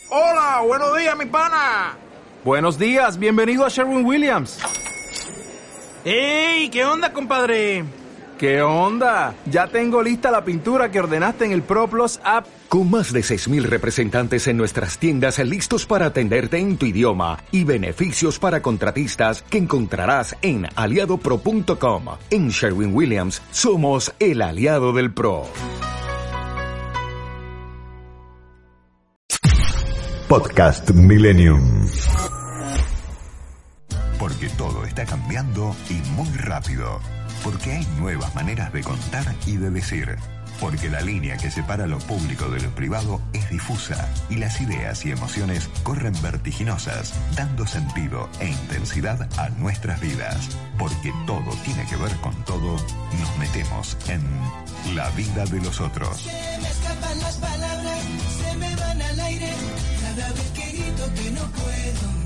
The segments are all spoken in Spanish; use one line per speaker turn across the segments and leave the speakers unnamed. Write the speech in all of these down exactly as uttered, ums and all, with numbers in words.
Hola, buenos días, mi pana.
Buenos días, bienvenido a Sherwin-Williams.
¡Ey! ¿Qué onda, compadre?
¿Qué onda? Ya tengo lista la pintura que ordenaste en el ProPlus app.
Con más de seis mil representantes en nuestras tiendas listos para atenderte en tu idioma y beneficios para contratistas que encontrarás en aliado pro punto com. En Sherwin-Williams somos el aliado del pro.
Podcast Millennium.
Porque todo está cambiando y muy rápido. Porque hay nuevas maneras de contar y de decir. Porque la línea que separa lo público de lo privado es difusa y las ideas y emociones corren vertiginosas, dando sentido e intensidad a nuestras vidas. Porque todo tiene que ver con todo, nos metemos en la vida de los otros.
Se me escapan las palabras, se me van al aire, cada vez que grito que no puedo.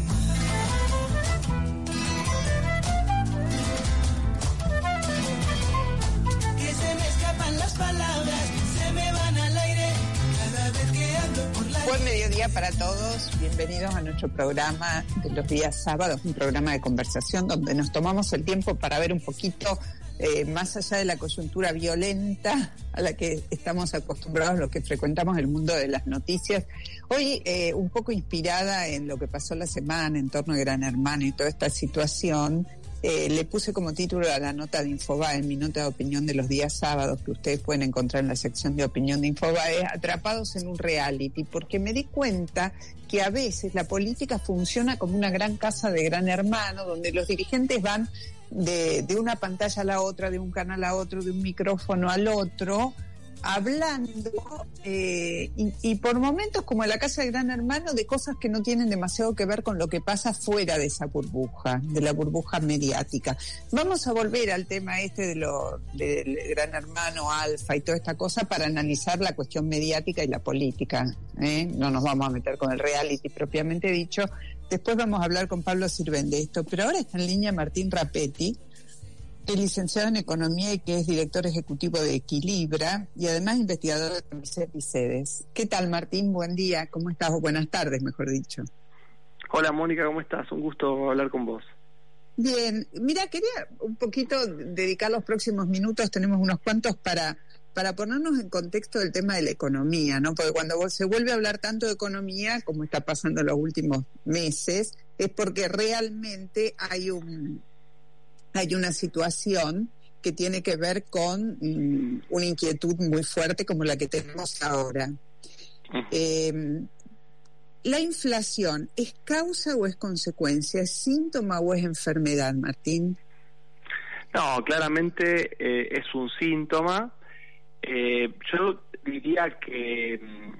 Que se me escapan las palabras, se me van al aire, cada vez que hablo por la...
Buen mediodía para todos, bienvenidos a nuestro programa de los días sábados, un programa de conversación donde nos tomamos el tiempo para ver un poquito eh, más allá de la coyuntura violenta a la que estamos acostumbrados los que frecuentamos el mundo de las noticias. Hoy eh, un poco inspirada en lo que pasó la semana en torno a Gran Hermano y toda esta situación, Eh, le puse como título a la nota de Infobae, en mi nota de opinión de los días sábados, que ustedes pueden encontrar en la sección de opinión de Infobae, atrapados en un reality, porque me di cuenta que a veces la política funciona como una gran casa de Gran Hermano, donde los dirigentes van de, de una pantalla a la otra, de un canal a otro, de un micrófono al otro, hablando eh, y, y por momentos, como en la casa de Gran Hermano, de cosas que no tienen demasiado que ver con lo que pasa fuera de esa burbuja, de la burbuja mediática. Vamos a volver al tema este de lo del Gran Hermano, Alfa y toda esta cosa para analizar la cuestión mediática y la política, ¿eh? No nos vamos a meter con el reality propiamente dicho. Después vamos a hablar con Pablo Sirven de esto, pero ahora está en línea Martín Rapetti, que es licenciado en Economía y que es director ejecutivo de Equilibra y además investigador de CONICET y CEDES. ¿Qué tal, Martín? Buen día. ¿Cómo estás? O buenas tardes, mejor dicho.
Hola, Mónica, ¿cómo estás? Un gusto hablar con vos.
Bien. Mira, quería un poquito dedicar los próximos minutos, tenemos unos cuantos para, para ponernos en contexto del tema de la economía, ¿no? Porque cuando se vuelve a hablar tanto de economía, como está pasando en los últimos meses, es porque realmente hay un... hay una situación que tiene que ver con um, una inquietud muy fuerte como la que tenemos ahora. Eh, ¿La inflación es causa o es consecuencia? ¿Es síntoma o es enfermedad, Martín?
No, claramente eh, es un síntoma. Eh, yo diría que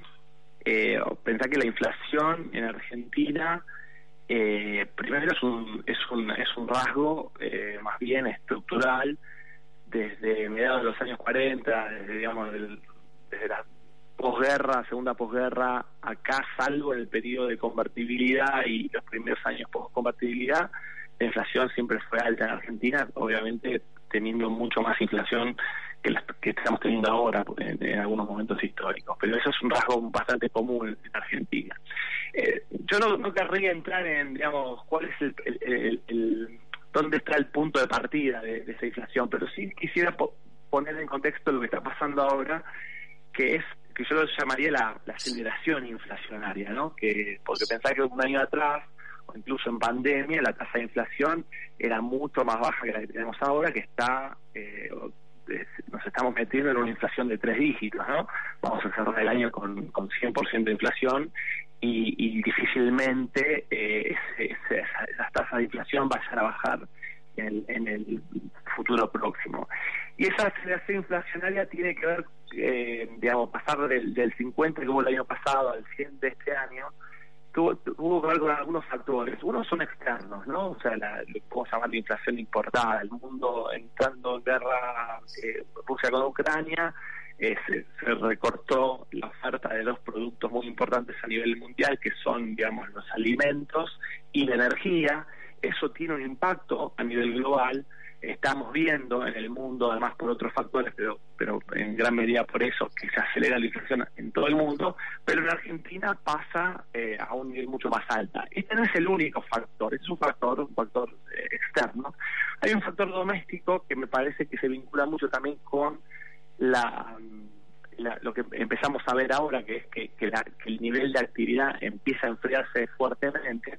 eh, pensar que la inflación en Argentina... Eh, primero es un es un es un rasgo eh, más bien estructural desde mediados de los años cuarenta, desde digamos del, desde la posguerra, segunda posguerra acá, salvo en el periodo de convertibilidad y los primeros años post convertibilidad, la inflación siempre fue alta en Argentina, obviamente teniendo mucho más inflación que las que estamos teniendo ahora en, en algunos momentos históricos, pero eso es un rasgo bastante común en Argentina. Eh, yo no, no querría entrar en, digamos, cuál es el, el, el, el dónde está el punto de partida de, de esa inflación, pero sí quisiera po- poner en contexto lo que está pasando ahora, que es que yo lo llamaría la, la aceleración inflacionaria, ¿no? Que porque pensar que un año atrás o incluso en pandemia la tasa de inflación era mucho más baja que la que tenemos ahora, que está eh, nos estamos metiendo en una inflación de tres dígitos, ¿no? Vamos a cerrar el año con, con cien por ciento de inflación y, y difícilmente eh, ese, ese, esas tasas de inflación vayan a bajar en el, en el futuro próximo. Y esa aceleración inflacionaria tiene que ver, eh, digamos, pasar del, del cincuenta que hubo el año pasado al cien de este año, tuvo, tuvo que ver con algunos factores. Unos son externos, ¿no? O sea, la, lo que podemos llamar la inflación importada, el mundo entrando en guerra, eh, Rusia con Ucrania, eh, se, se recortó la oferta de dos productos muy importantes a nivel mundial, que son, digamos, los alimentos y la energía. Eso tiene un impacto a nivel global estamos viendo en el mundo, además por otros factores, pero pero en gran medida por eso, que se acelera la inflación en todo el mundo, pero en Argentina pasa eh, a un nivel mucho más alta. Este no es el único factor, es un factor, un factor eh, externo. Hay un factor doméstico que me parece que se vincula mucho también con la... La, lo que empezamos a ver ahora, que es que, que, la, que el nivel de actividad empieza a enfriarse fuertemente,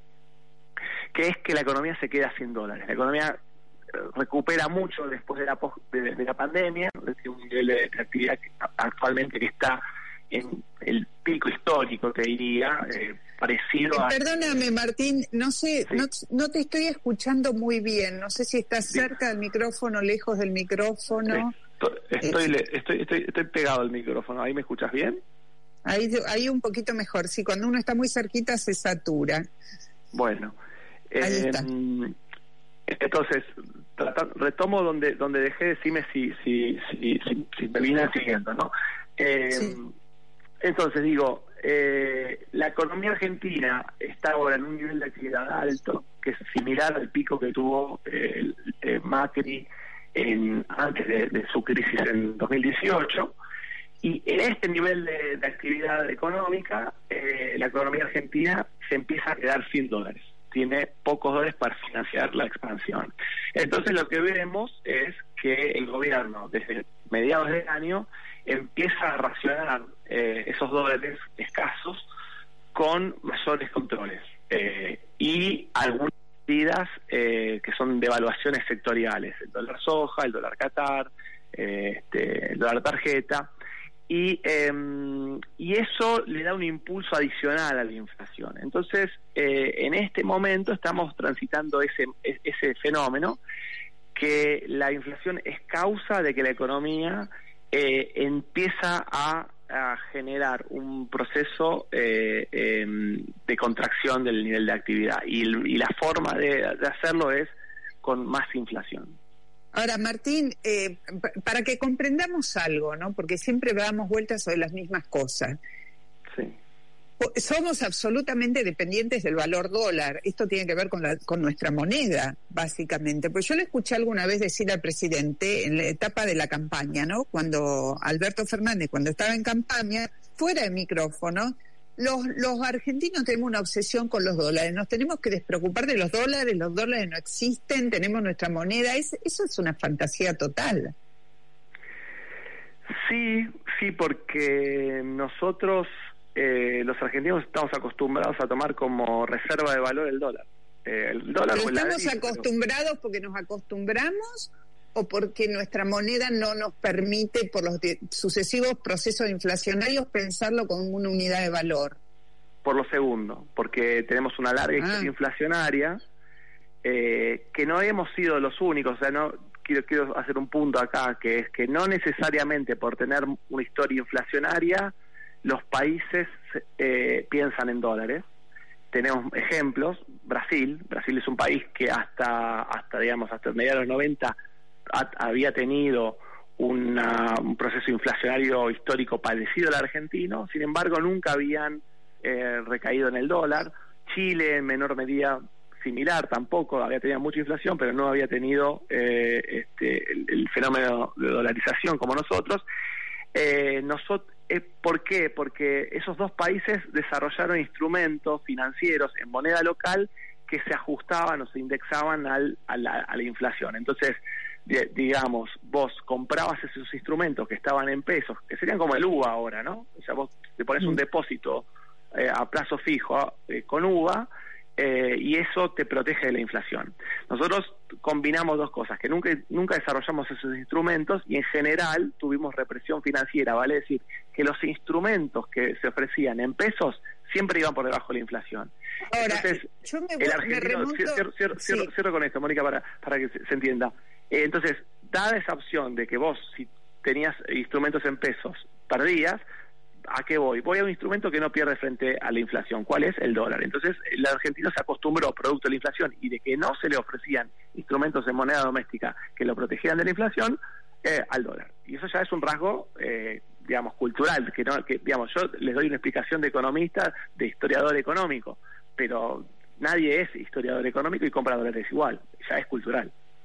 que es que la economía se queda sin dólares. La economía recupera mucho después de la post, de, de la pandemia, es un nivel de, de actividad que, actualmente que está en el pico histórico, te diría, eh, parecido
eh,
a...
Perdóname, Martín, no sé,
Sí.
no, no te estoy escuchando muy bien, no sé si estás
Sí.
cerca del micrófono, lejos del micrófono.
Estoy, estoy, le- estoy, estoy, estoy pegado al micrófono, ¿ahí me escuchas bien?
Ahí, ahí un poquito mejor, sí, cuando uno está muy cerquita se satura.
Bueno,
Ahí
eh,
está.
entonces trata- retomo donde donde dejé, decime si si si, si, si me vienen siguiendo, ¿no? Eh,
Sí.
Entonces digo, eh, la economía argentina está ahora en un nivel de actividad alto, que es similar al pico que tuvo eh, eh, Macri en, antes de, de su crisis en dos mil dieciocho. Y en este nivel de, de actividad económica, eh, la economía argentina se empieza a quedar sin dólares. Tiene pocos dólares para financiar la expansión. Entonces lo que vemos es que el gobierno, desde mediados del año, empieza a racionar eh, esos dólares escasos con mayores controles. Eh, y algunas medidas eh, que son devaluaciones sectoriales. El dólar soja, el dólar Qatar, eh, este, el dólar tarjeta. Y, eh, y eso le da un impulso adicional a la inflación. Entonces, eh, en este momento estamos transitando ese, ese fenómeno, que la inflación es causa de que la economía eh, empieza a, a generar un proceso eh, eh, de contracción del nivel de actividad. Y, el, y la forma de, de hacerlo es con más inflación.
Ahora, Martín, eh, p- para que comprendamos algo, ¿no? Porque siempre damos vueltas sobre las mismas cosas.
Sí.
O- Somos absolutamente dependientes del valor dólar. Esto tiene que ver con, la, con nuestra moneda, básicamente. Pues yo le escuché alguna vez decir al presidente en la etapa de la campaña, ¿no? Cuando Alberto Fernández, cuando estaba en campaña, fuera de micrófono, los, los argentinos tenemos una obsesión con los dólares. Nos tenemos que despreocupar de los dólares, los dólares no existen, tenemos nuestra moneda. Es, eso es una fantasía total.
Sí, sí, porque nosotros, eh, los argentinos, estamos acostumbrados a tomar como reserva de valor el dólar. Eh, el dólar
¿Pero
o el
estamos
ladrillo,
acostumbrados porque nos acostumbramos o porque nuestra moneda no nos permite, por los de- sucesivos procesos inflacionarios, pensarlo como una unidad de valor?
por lo segundo, porque tenemos una larga
Ah.
historia inflacionaria, eh, que no hemos sido los únicos. O sea, no quiero, quiero hacer un punto acá, que es que no necesariamente por tener una historia inflacionaria los países eh, piensan en dólares. Tenemos ejemplos. Brasil Brasil es un país que hasta hasta digamos hasta mediados de los noventa ha, había tenido una, un proceso inflacionario histórico parecido al argentino. Sin embargo, nunca habían eh, recaído en el dólar. Chile, en menor medida similar, tampoco había tenido mucha inflación, pero no había tenido eh, este, el, el fenómeno de dolarización como nosotros. Eh, nosotros eh, ¿Por qué? Porque esos dos países desarrollaron instrumentos financieros en moneda local que se ajustaban o se indexaban al, a, la, a la inflación. Entonces, de, digamos, vos comprabas esos instrumentos que estaban en pesos, que serían como el U V A ahora, ¿no? O sea, vos te pones un depósito eh, a plazo fijo eh, con U V A, eh, y eso te protege de la inflación. Nosotros combinamos dos cosas, que nunca nunca desarrollamos esos instrumentos y en general tuvimos represión financiera, vale decir que los instrumentos que se ofrecían en pesos siempre iban por debajo de la inflación.
Ahora,
Entonces,
yo me,
el
voy, me
argentino,
remonto...
cierro, cierro,
sí.
cierro, cierro con esto, Mónica, para, para que se, se entienda. Eh, entonces, dada esa opción de que vos, si tenías instrumentos en pesos, perdías, ¿a qué voy? Voy a un instrumento que no pierde frente a la inflación. ¿Cuál es? El dólar. Entonces, el argentino se acostumbró, producto de la inflación, y de que no se le ofrecían instrumentos en moneda doméstica que lo protegieran de la inflación, eh, al dólar. Y eso ya es un rasgo, eh, digamos, cultural, que no, que digamos, yo les doy una explicación de economista, de historiador económico, pero nadie es historiador económico y compra dólares igual, ya es cultural.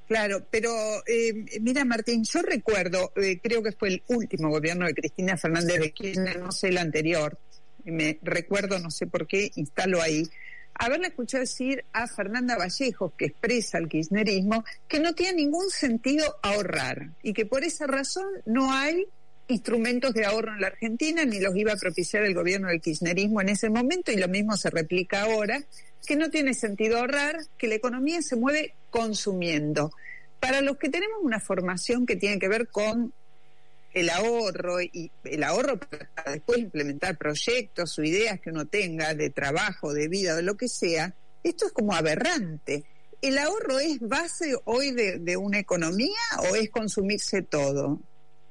Claro, pero eh, mira, Martín, yo recuerdo, eh, creo que fue el último gobierno de Cristina Fernández de Kirchner, no sé el anterior, me recuerdo, no sé por qué, instalo ahí, haberle escuchado decir a Fernanda Vallejos, que expresa el kirchnerismo, que no tiene ningún sentido ahorrar y que por esa razón no hay instrumentos de ahorro en la Argentina, ni los iba a propiciar el gobierno del kirchnerismo en ese momento, y lo mismo se replica ahora, que no tiene sentido ahorrar, que la economía se mueve consumiendo. Para los que tenemos una formación que tiene que ver con el ahorro, y el ahorro para después implementar proyectos o ideas que uno tenga de trabajo, de vida, de lo que sea, esto es como aberrante. ¿El ahorro es base hoy de, de una economía o es consumirse todo?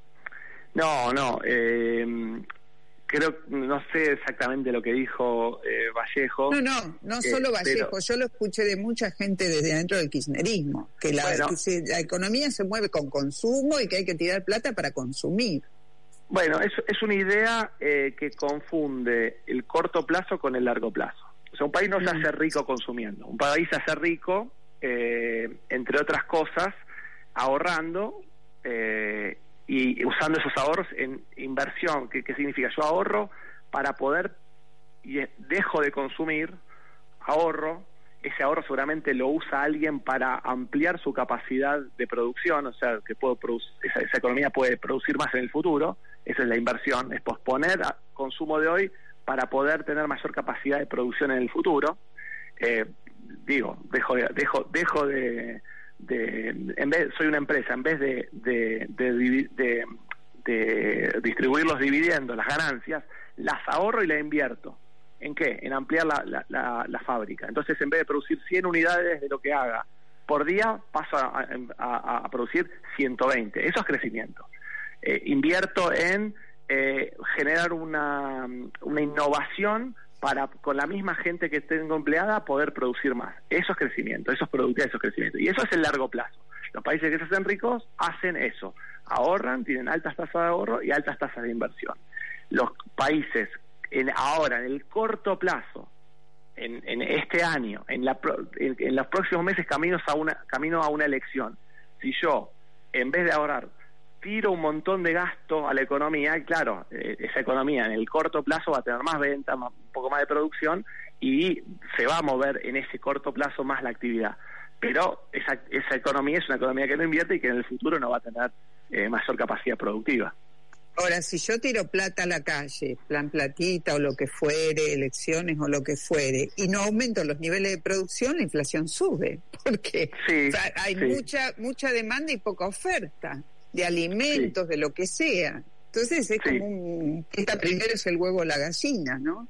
No, no, eh, creo, no sé exactamente lo que dijo eh, Vallejo.
No, no, no solo eh, Vallejo, pero, yo lo escuché de mucha gente desde adentro del kirchnerismo, que la, bueno, que se, la economía se mueve con consumo y que hay que tirar plata para consumir.
Bueno, es, es una idea eh, que confunde el corto plazo con el largo plazo. O sea, un país no mm. se hace rico consumiendo, un país se hace rico, eh, entre otras cosas, ahorrando, eh, y usando esos ahorros en inversión. ¿Qué, qué significa? Yo ahorro para poder, y dejo de consumir, ahorro, ese ahorro seguramente lo usa alguien para ampliar su capacidad de producción, o sea, que puedo producir, esa, esa economía puede producir más en el futuro, esa es la inversión, es posponer a consumo de hoy para poder tener mayor capacidad de producción en el futuro. Eh, digo, dejo de, dejo, dejo de De, en vez soy una empresa, en vez de de, de, de, de distribuir los dividendos, las ganancias, las ahorro y las invierto. ¿En qué? En ampliar la, la, la, la fábrica. Entonces, en vez de producir cien unidades de lo que haga por día, paso a, a, a producir ciento veinte. Eso es crecimiento. Eh, invierto en eh, generar una, una innovación para, con la misma gente que tengo empleada, poder producir más. Eso es crecimiento, eso es productividad, eso es crecimiento. Y eso es el largo plazo. Los países que se hacen ricos hacen eso. Ahorran, tienen altas tasas de ahorro y altas tasas de inversión. Los países, en ahora, en el corto plazo, en, en este año, en, la, en, en los próximos meses, caminos a una, camino a una elección. Si yo, en vez de ahorrar, tiro un montón de gasto a la economía, claro, eh, esa economía en el corto plazo va a tener más venta, más, un poco más de producción, y se va a mover en ese corto plazo más la actividad. Pero esa, esa economía es una economía que no invierte y que en el futuro no va a tener eh, mayor capacidad productiva.
Ahora, si yo tiro plata a la calle, plan platita o lo que fuere, elecciones o lo que fuere, y no aumento los niveles de producción, la inflación sube, porque
sí,
o sea, hay
sí.
mucha mucha demanda y poca oferta de alimentos, sí. de lo que sea. Entonces es sí. como un... Esta primero es el huevo o la gallina, ¿no?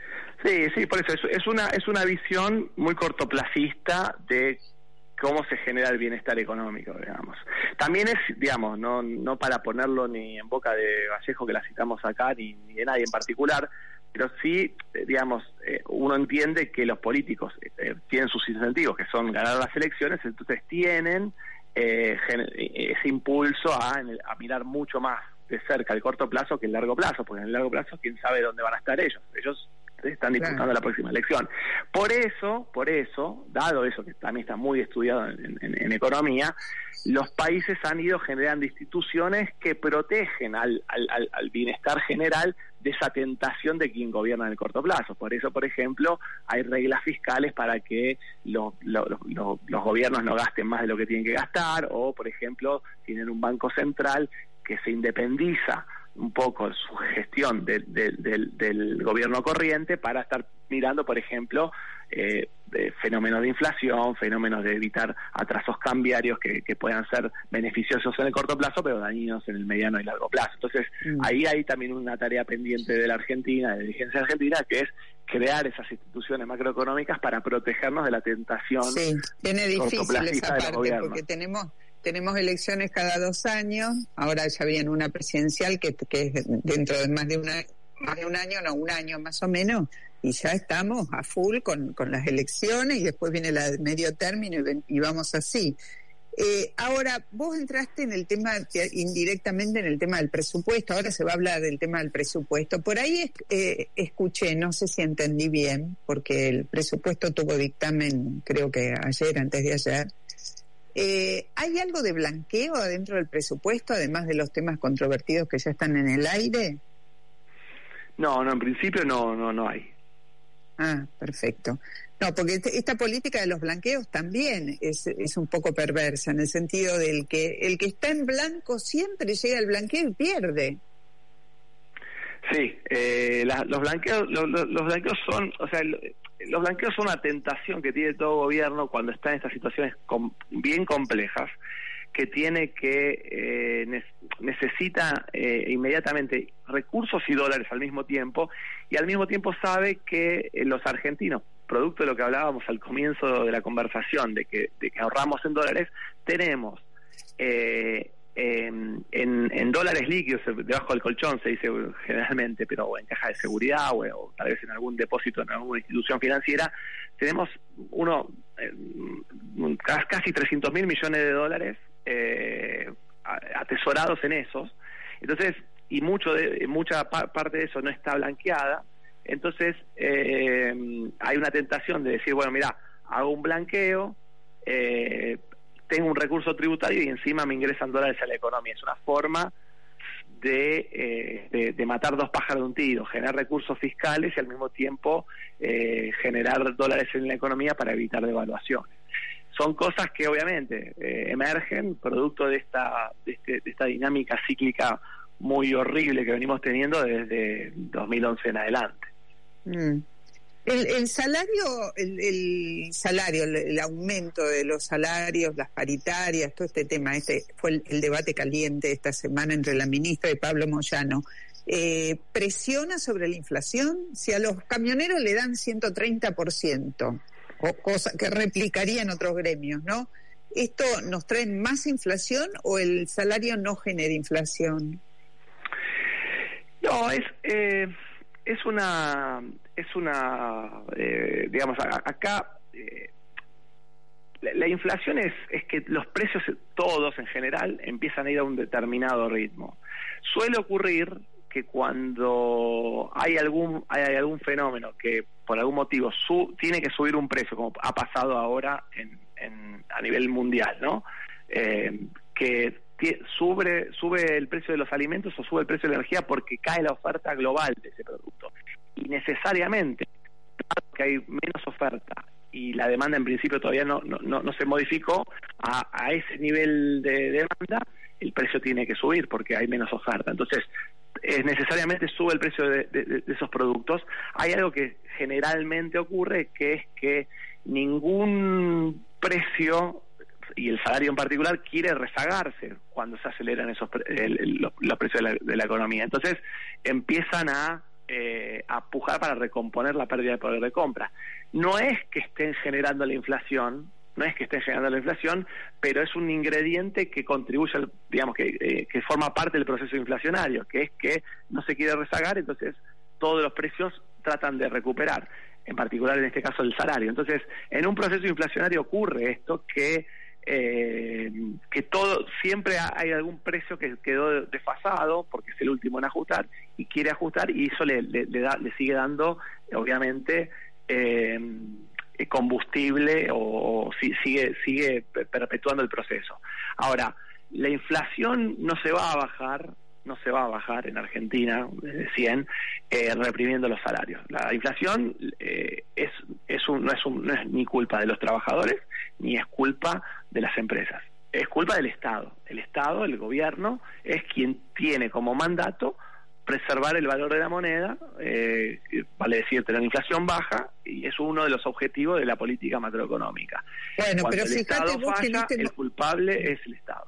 Sí, sí, por eso es, es una es una visión muy cortoplacista de cómo se genera el bienestar económico, digamos. También es, digamos, no no para ponerlo ni en boca de Vallejo, que la citamos acá, ni, ni de nadie en particular, pero sí, digamos, eh, uno entiende que los políticos eh, tienen sus incentivos, que son ganar las elecciones, entonces tienen eh, ese impulso a, a mirar mucho más de cerca el corto plazo que el largo plazo, porque en el largo plazo quién sabe dónde van a estar ellos. Ellos están disputando claro. la próxima elección. Por eso, por eso, dado eso que también está muy estudiado en, en, en economía, los países han ido generando instituciones que protegen al, al, al, al bienestar general de esa tentación de quien gobierna en el corto plazo. Por eso, por ejemplo, hay reglas fiscales para que los, los, los, los gobiernos no gasten más de lo que tienen que gastar, o, por ejemplo, tienen un banco central que se independiza un poco su gestión de, de, de, del gobierno corriente para estar mirando, por ejemplo, eh, de fenómenos de inflación, fenómenos de evitar atrasos cambiarios que, que puedan ser beneficiosos en el corto plazo, pero dañinos en el mediano y largo plazo. Entonces, mm. ahí hay también una tarea pendiente de la Argentina, de la dirigencia argentina, que es crear esas instituciones macroeconómicas para protegernos de la tentación.
Sí, tiene difícil esa parte, porque tenemos... Tenemos elecciones cada dos años, ahora ya viene una presidencial que, que es dentro de más de, una, más de un año, no, un año más o menos, y ya estamos a full con, con las elecciones, y después viene la de medio término y, ven, y vamos así. Eh, ahora, vos entraste en el tema, indirectamente en el tema del presupuesto, ahora se va a hablar del tema del presupuesto. Por ahí eh, escuché, no sé si entendí bien, porque el presupuesto tuvo dictamen, creo que ayer, antes de ayer, Eh, ¿Hay algo de blanqueo adentro del presupuesto, además de los temas controvertidos que ya están en el aire?
No, no, en principio no, no, no hay.
Ah, perfecto. No, porque este, esta política de los blanqueos también es, es un poco perversa, en el sentido del que el que está en blanco siempre llega al blanqueo y pierde.
Sí, eh, la, los blanqueos, los, los blanqueos son, o sea, los blanqueos son una tentación que tiene todo gobierno cuando está en estas situaciones com, bien complejas, que tiene que eh, ne necesita eh, inmediatamente recursos y dólares al mismo tiempo, y al mismo tiempo sabe que eh, los argentinos, producto de lo que hablábamos al comienzo de la conversación, de que, de que ahorramos en dólares, tenemos eh, eh, en, en dólares líquidos, debajo del colchón se dice generalmente, pero o en caja de seguridad o, o tal vez en algún depósito en alguna institución financiera, tenemos uno eh, casi trescientos mil millones de dólares eh, atesorados en esos. Entonces, y mucho de mucha pa parte de eso no está blanqueada. Entonces eh, hay una tentación de decir, bueno, mira, hago un blanqueo, eh, tengo un recurso tributario y encima me ingresan dólares a la economía. Es una forma de, eh, de, de matar dos pájaros de un tiro, generar recursos fiscales y al mismo tiempo eh, generar dólares en la economía para evitar devaluaciones. Son cosas que obviamente eh, emergen producto de esta, de, este, de esta dinámica cíclica muy horrible que venimos teniendo desde dos mil once en adelante.
Mm. El, el salario, el, el salario, el, el aumento de los salarios, las paritarias, todo este tema, este fue el, el debate caliente esta semana entre la ministra y Pablo Moyano. Eh, ¿Presiona sobre la inflación? Si a los camioneros le dan ciento treinta por ciento, o cosa que replicaría en otros gremios, ¿no? ¿Esto nos trae más inflación o el salario no genera inflación?
No, es eh, es una es una eh, digamos acá eh, la, la inflación es es que los precios todos en general empiezan a ir a un determinado ritmo. Suele ocurrir que cuando hay algún hay algún fenómeno que por algún motivo su, tiene que subir un precio, como ha pasado ahora en, en a nivel mundial, ¿no? Eh, que sube sube el precio de los alimentos o sube el precio de la energía porque cae la oferta global de ese producto. Y necesariamente, dado que hay menos oferta y la demanda en principio todavía no no, no, no se modificó a, a ese nivel de demanda, el precio tiene que subir porque hay menos oferta. Entonces, es necesariamente sube el precio de, de, de esos productos. Hay algo que generalmente ocurre, que es que ningún precio, y el salario en particular, quiere rezagarse cuando se aceleran esos el, el, los, los precios de la, de la economía. Entonces empiezan a, eh, a pujar para recomponer la pérdida de poder de compra. No es que estén generando la inflación, no es que estén generando la inflación, pero es un ingrediente que contribuye, al, digamos, que, eh, que forma parte del proceso inflacionario, que es que no se quiere rezagar, entonces todos los precios tratan de recuperar, en particular en este caso el salario. Entonces, en un proceso inflacionario ocurre esto, que eh, que todo siempre hay algún precio que quedó desfasado porque es el último en ajustar y quiere ajustar, y eso le, le, le, da, le sigue dando obviamente eh, combustible o, o sigue sigue perpetuando el proceso. Ahora, la inflación no se va a bajar no se va a bajar en Argentina desde cien eh, reprimiendo los salarios. La inflación eh, es es un, no es un, no es ni culpa de los trabajadores ni es culpa de las empresas, es culpa del Estado. El Estado, el gobierno, es quien tiene como mandato preservar el valor de la moneda, eh, vale decir, tener inflación baja, y es uno de los objetivos de la política macroeconómica.
Bueno,
Cuando
pero
el
fíjate,
Estado
vos
falla,
tenés...
el culpable es el Estado.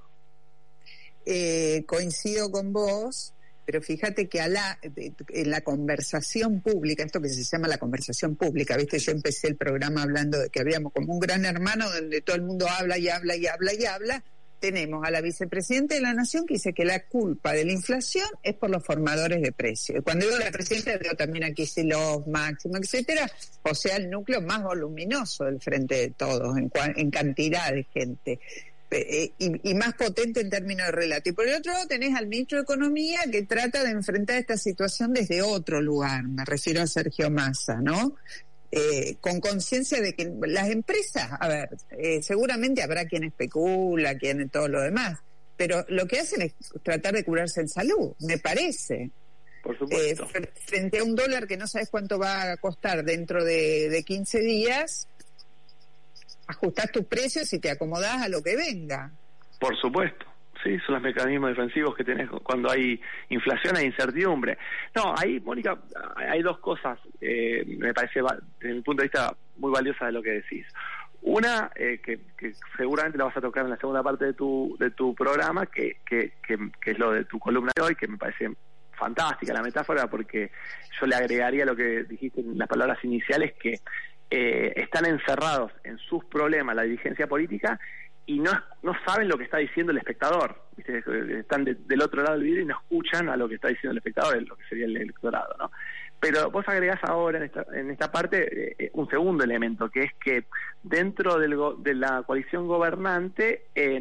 Eh, coincido con vos, pero fíjate que a la, en la conversación pública, esto que se llama la conversación pública, viste, yo empecé el programa hablando de que habíamos como un gran hermano donde todo el mundo habla y habla y habla y habla. Tenemos a la vicepresidenta de la Nación que dice que la culpa de la inflación es por los formadores de precios. Cuando digo la presidenta, digo también aquí Kicillof, Máximo, etcétera, o sea, el núcleo más voluminoso del frente de todos, en, en cantidad de gente. Eh, y, y más potente en términos de relato. Y por el otro lado tenés al ministro de Economía que trata de enfrentar esta situación desde otro lugar, me refiero a Sergio Massa, ¿no? eh, con conciencia de que las empresas, a ver, eh, seguramente habrá quien especula, quien todo lo demás, pero lo que hacen es tratar de curarse en salud, me parece.
Por supuesto.
Eh, frente a un dólar que no sabes cuánto va a costar dentro de, de quince días, ajustás tus precios y te acomodás a lo que venga.
Por supuesto. Sí, son los mecanismos defensivos que tenés cuando hay inflación, hay incertidumbre. No, ahí, Mónica, hay dos cosas, eh, me parece, desde mi punto de vista, muy valiosas de lo que decís. Una, eh, que, que seguramente la vas a tocar en la segunda parte de tu de tu programa, que, que, que, que es lo de tu columna de hoy, que me parece fantástica la metáfora, porque yo le agregaría lo que dijiste en las palabras iniciales, que eh, están encerrados en sus problemas la dirigencia política y no no saben lo que está diciendo el espectador, ¿viste? Están de, del otro lado del vidrio y no escuchan a lo que está diciendo el espectador, lo que sería el electorado, ¿no? Pero vos agregás ahora en esta, en esta parte eh, un segundo elemento, que es que dentro del go- de la coalición gobernante eh,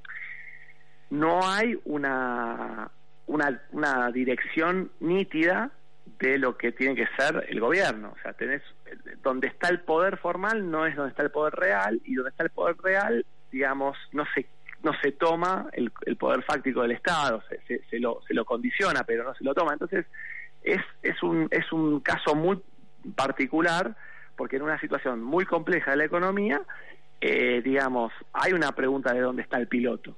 no hay una Una, una dirección nítida de lo que tiene que ser el gobierno. O sea, tenés donde está el poder formal no es donde está el poder real, y donde está el poder real, digamos, no se no se toma el, el poder fáctico del Estado, se, se, se lo se lo condiciona, pero no se lo toma. Entonces es es un es un caso muy particular, porque en una situación muy compleja de la economía, eh, digamos, hay una pregunta de dónde está el piloto.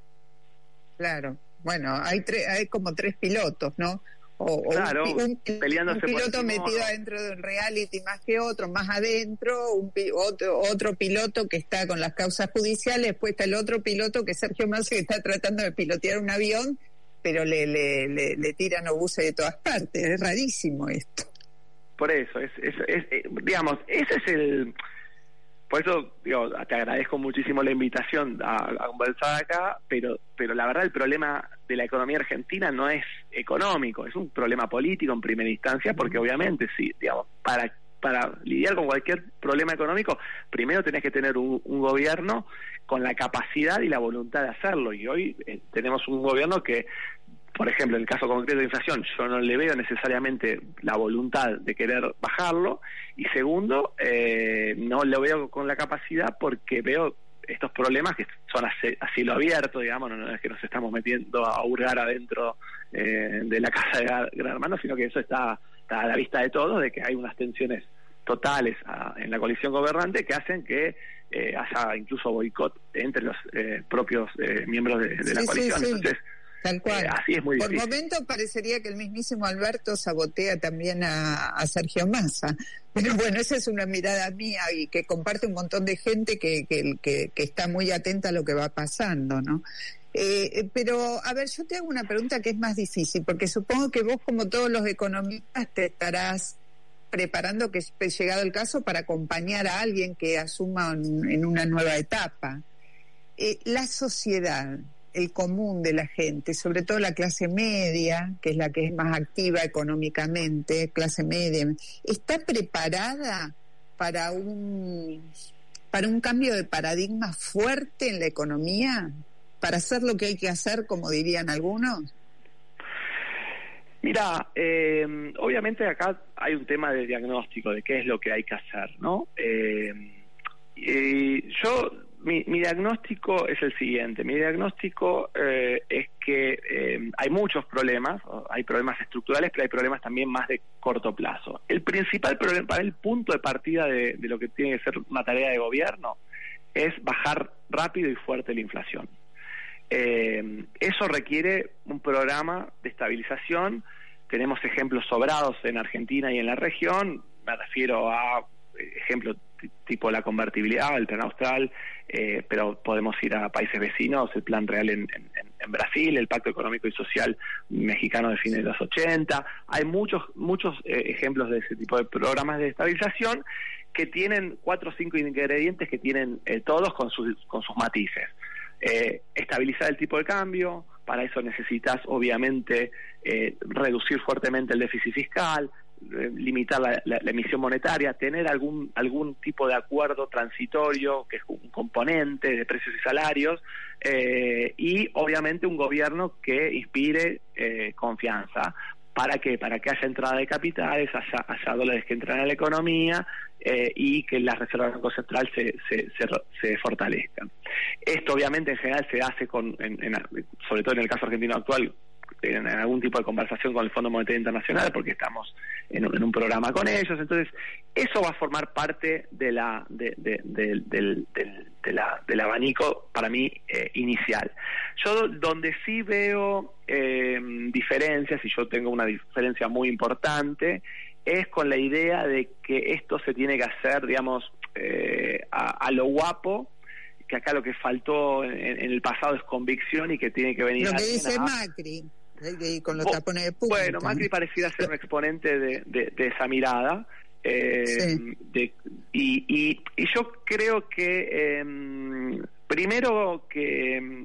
Claro. Bueno, hay tres, hay como tres pilotos, ¿no? O,
claro,
o un, un,
peleándose
un piloto
por
metido
no.
adentro de un reality más que otro, más adentro, un otro, otro piloto que está con las causas judiciales, después está el otro piloto que es Sergio Massa, que está tratando de pilotear un avión, pero le, le, le, le tiran obuses de todas partes. Es rarísimo esto.
Por eso, es, es, es, es digamos, ese es el... Por eso, digo, te agradezco muchísimo la invitación a, a conversar acá, pero pero la verdad el problema de la economía argentina no es económico, es un problema político en primera instancia, porque obviamente, sí, digamos, para para lidiar con cualquier problema económico, primero tenés que tener un, un gobierno con la capacidad y la voluntad de hacerlo, y hoy eh, tenemos un gobierno que, por ejemplo, en el caso concreto de inflación, yo no le veo necesariamente la voluntad de querer bajarlo, y segundo, eh, no lo veo con la capacidad porque veo estos problemas que son a, a cielo abierto, digamos, no, no es que nos estamos metiendo a hurgar adentro eh, de la casa de Gran Hermano, sino que eso está, está a la vista de todos, de que hay unas tensiones totales a, en la coalición gobernante que hacen que eh, haya incluso boicot entre los eh, propios eh, miembros de, de la
sí,
coalición.
Sí, sí.
Entonces,
tal cual.
Eh, así es muy
Por
difícil.
momento parecería que el mismísimo Alberto sabotea también a, a Sergio Massa. Pero bueno, esa es una mirada mía y que comparte un montón de gente que, que, que, que está muy atenta a lo que va pasando, ¿no? Eh, pero, a ver, yo te hago una pregunta que es más difícil, porque supongo que vos, como todos los economistas, te estarás preparando, que es llegado el caso, para acompañar a alguien que asuma un, en una nueva etapa. Eh, la sociedad, el común de la gente, sobre todo la clase media, que es la que es más activa económicamente, clase media, ¿está preparada para un para un cambio de paradigma fuerte en la economía? ¿Para hacer lo que hay que hacer, como dirían algunos?
Mira, eh, obviamente acá hay un tema de diagnóstico de qué es lo que hay que hacer, ¿no? Eh, y yo... Mi, mi diagnóstico es el siguiente. Mi diagnóstico eh, es que eh, hay muchos problemas, hay problemas estructurales, pero hay problemas también más de corto plazo. El principal problema, para el punto de partida de, de lo que tiene que ser una tarea de gobierno, es bajar rápido y fuerte la inflación. Eh, eso requiere un programa de estabilización. Tenemos ejemplos sobrados en Argentina y en la región. Me refiero a ejemplos tipo la convertibilidad, el plan austral, eh, pero podemos ir a países vecinos, el plan real en, en, en Brasil, el pacto económico y social mexicano de fines de los ochenta. Hay muchos muchos eh, ejemplos de ese tipo de programas de estabilización que tienen cuatro o cinco ingredientes que tienen eh, todos con sus con sus matices. Eh, estabilizar el tipo de cambio, para eso necesitas obviamente eh, reducir fuertemente el déficit fiscal, limitar la, la, la emisión monetaria, tener algún algún tipo de acuerdo transitorio que es un componente de precios y salarios, eh, y obviamente un gobierno que inspire eh, confianza, ¿Para qué? Para que haya entrada de capitales, haya, haya dólares que entran a la economía eh, y que las reservas del Banco Central se, se, se, se fortalezcan. Esto obviamente en general se hace con, en, en, sobre todo en el caso argentino actual, en algún tipo de conversación con el Fondo Monetario Internacional, porque estamos en un, en un programa con ellos. Entonces eso va a formar parte de la de, de, de, de, de, de la del abanico para mí eh, inicial. Yo donde sí veo eh, diferencias, y yo tengo una diferencia muy importante, es con la idea de que esto se tiene que hacer, digamos, eh, a, a lo guapo, que acá lo que faltó en, en el pasado es convicción, y que tiene que venir
lo que dice
a,
Macri con los tapones de punta.
Bueno, Macri pareciera ser un exponente de, de, de esa mirada, eh, sí. de, y, y, y yo creo que eh, primero que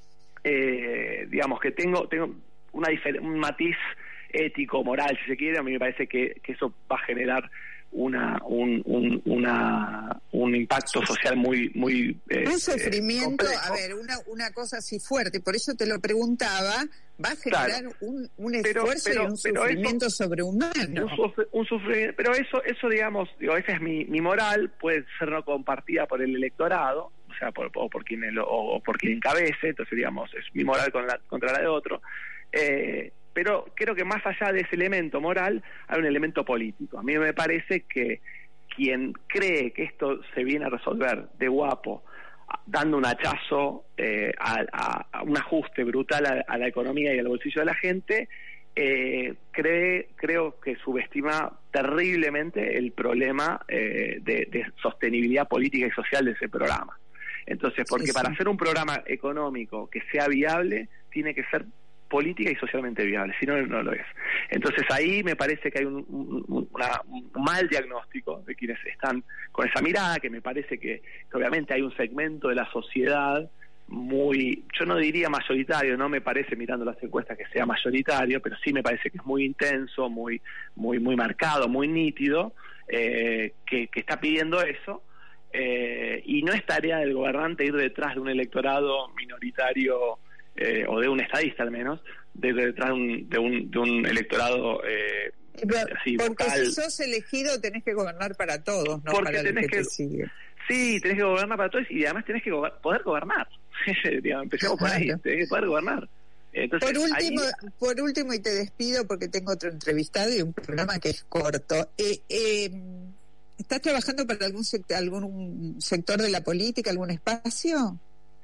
eh, digamos que tengo tengo una difer- un matiz ético, moral, si se quiere. A mí me parece que, que eso va a generar una un, un, una, un impacto social muy muy eh,
un sufrimiento,
eh,
a ver, una una cosa así fuerte, por eso te lo preguntaba, va a generar claro. un, un esfuerzo pero, pero, y un sufrimiento eso, sobrehumano.
Un, un sufrimiento, pero eso eso digamos, digo, esa es mi, mi moral, puede ser no compartida por el electorado, o sea, por, o por quien lo, o por quien encabece, entonces digamos, es mi moral con la, contra la de otro. Eh, pero creo que más allá de ese elemento moral hay un elemento político. A mí me parece que quien cree que esto se viene a resolver de guapo, dando un hachazo, eh, a, a, a un ajuste brutal a, a la economía y al bolsillo de la gente, eh, cree creo que subestima terriblemente el problema eh, de, de sostenibilidad política y social de ese programa. Entonces, porque sí, sí. para hacer un programa económico que sea viable, tiene que ser política y socialmente viable, si no, no lo es. Entonces ahí me parece que hay un, un, una, un mal diagnóstico de quienes están con esa mirada, que me parece que, que obviamente hay un segmento de la sociedad muy, yo no diría mayoritario, no me parece mirando las encuestas que sea mayoritario, pero sí me parece que es muy intenso, muy muy muy marcado, muy nítido, eh, que, que está pidiendo eso, eh, y no es tarea del gobernante ir detrás de un electorado minoritario, Eh, o de un estadista al menos, de, de detrás de un, de un, de un electorado eh, así,
porque
vocal.
Si sos elegido tenés que gobernar para todos, no
porque
para
tenés
el que,
que
te sigue.
Sí, tenés que gobernar para todos, y además tenés que go- poder gobernar. Empecemos por ahí, tenés que poder gobernar. Entonces,
por último,
ahí...
por último, y te despido porque tengo otro entrevistado y un programa que es corto. Eh, eh, ¿Estás trabajando para algún sector, algún sector de la política, algún espacio?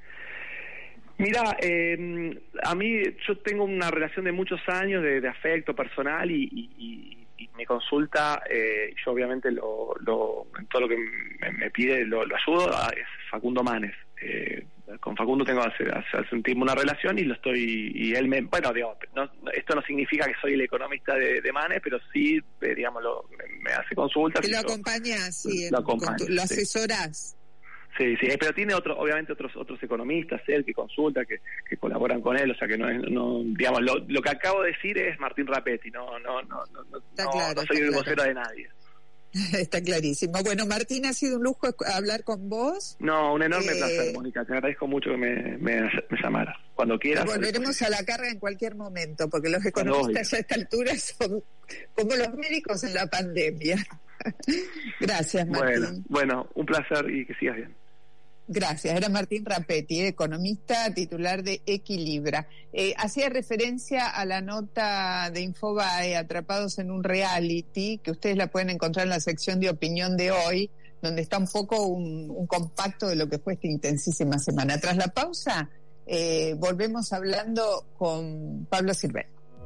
Mira, eh, a mí yo tengo una relación de muchos años de, de afecto personal, y, y, y mi consulta, eh, yo obviamente lo, lo en todo lo que me, me pide lo, lo ayudo, a, es Facundo Manes. Eh, con Facundo tengo hace, hace, hace un tiempo una relación y lo estoy, y él me, bueno, digamos, no, esto no significa que soy el economista de, de Manes, pero sí, eh, digamos, lo, me, me hace consultas.
Te lo acompañas, sí,
lo, acompaño,
tu, lo
sí.
asesorás.
Sí, sí, pero tiene otro, obviamente otros otros economistas, él que consulta, que, que colaboran con él, o sea que no es, no, digamos, lo, lo que acabo de decir es Martín Rapetti, no, no, no, no, no,
claro,
no soy el
claro.
vocero de nadie.
Está clarísimo. Bueno, Martín, ha sido un lujo hablar con vos.
No, un enorme
eh,
placer, Mónica, te agradezco mucho que me, me, me llamaras. Cuando quieras.
Volveremos a la carga en cualquier momento, porque los economistas a esta altura son como los médicos en la pandemia. Gracias, Martín.
Bueno, bueno, un placer y que sigas bien.
Gracias. Era Martín Rapetti, economista titular de Equilibra. Eh, hacía referencia a la nota de Infobae, Atrapados en un Reality, que ustedes la pueden encontrar en la sección de opinión de hoy, donde está un poco un, un compacto de lo que fue esta intensísima semana. Tras la pausa, eh, volvemos hablando con Pablo Sirven.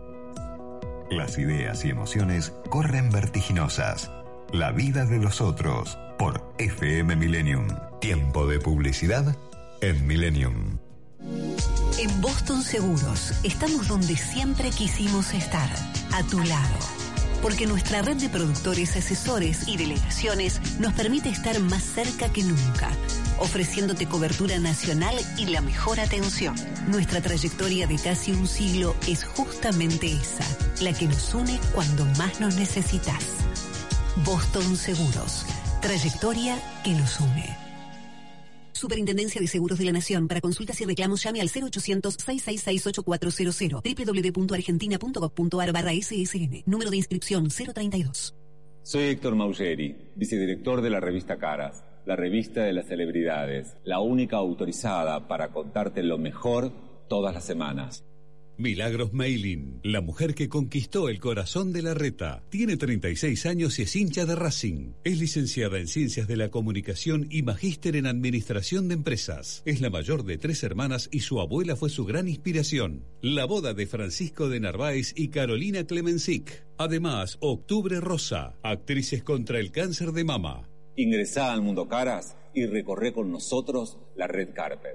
Las ideas y emociones corren vertiginosas. La vida de los otros, por F M Millennium. Tiempo de publicidad en Millennium.
En Boston Seguros estamos donde siempre quisimos estar, a tu lado. Porque nuestra red de productores, asesores y delegaciones nos permite estar más cerca que nunca, ofreciéndote cobertura nacional y la mejor atención. Nuestra trayectoria de casi un siglo es justamente esa, la que nos une cuando más nos necesitas. Boston Seguros, trayectoria que nos une. Superintendencia de Seguros de la Nación. Para consultas y reclamos llame al cero ochocientos, seiscientos sesenta y seis, ochenta y cuatro cero cero, doble u doble u doble u punto argentina punto gov punto ar barra S S N. Número de inscripción cero treinta y dos.
Soy Héctor Maugeri, vicedirector de la revista Caras, la revista de las celebridades, la única autorizada para contarte lo mejor todas las semanas.
Milagros Mailing, la mujer que conquistó el corazón de la reta. Tiene treinta y seis años y es hincha de Racing. Es licenciada en Ciencias de la Comunicación y magíster en Administración de Empresas. Es la mayor de tres hermanas y su abuela fue su gran inspiración. La boda de Francisco de Narváez y Carolina Clemencic. Además, Octubre Rosa, actrices contra el cáncer de mama.
Ingresá al Mundo Caras y recorre con nosotros la Red Carpet.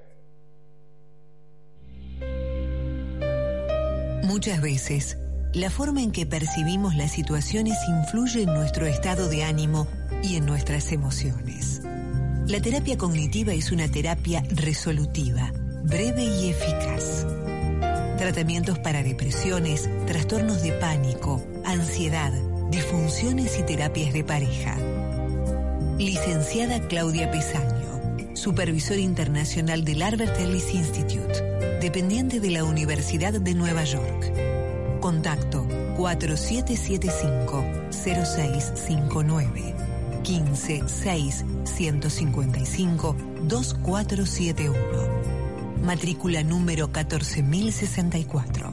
Muchas veces, la forma en que percibimos las situaciones influye en nuestro estado de ánimo y en nuestras emociones. La terapia cognitiva es una terapia resolutiva, breve y eficaz. Tratamientos para depresiones, trastornos de pánico, ansiedad, disfunciones y terapias de pareja. Licenciada Claudia Pesaño, supervisora internacional del Albert Ellis Institute, dependiente de la Universidad de Nueva York. Contacto cuatro siete siete cinco, cero seis cinco nueve, uno cinco seis, uno cinco cinco, dos cuatro siete uno. Matrícula número catorce mil sesenta y cuatro.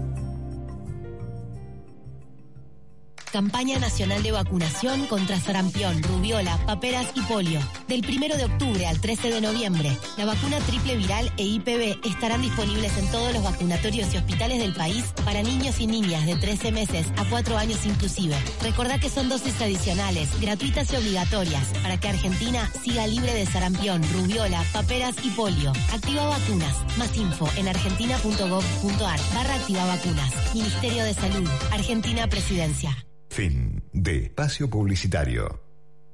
Campaña nacional de vacunación contra sarampión, rubiola, paperas y polio. Del primero de octubre al trece de noviembre, la vacuna triple viral e I P V estarán disponibles en todos los vacunatorios y hospitales del país para niños y niñas de trece meses a cuatro años inclusive. Recordá que son dosis adicionales, gratuitas y obligatorias, para que Argentina siga libre de sarampión, rubiola, paperas y polio. Activa Vacunas. Más info en argentina punto gov punto ar barra activa vacunas. Ministerio de Salud. Argentina Presidencia.
Fin de espacio publicitario.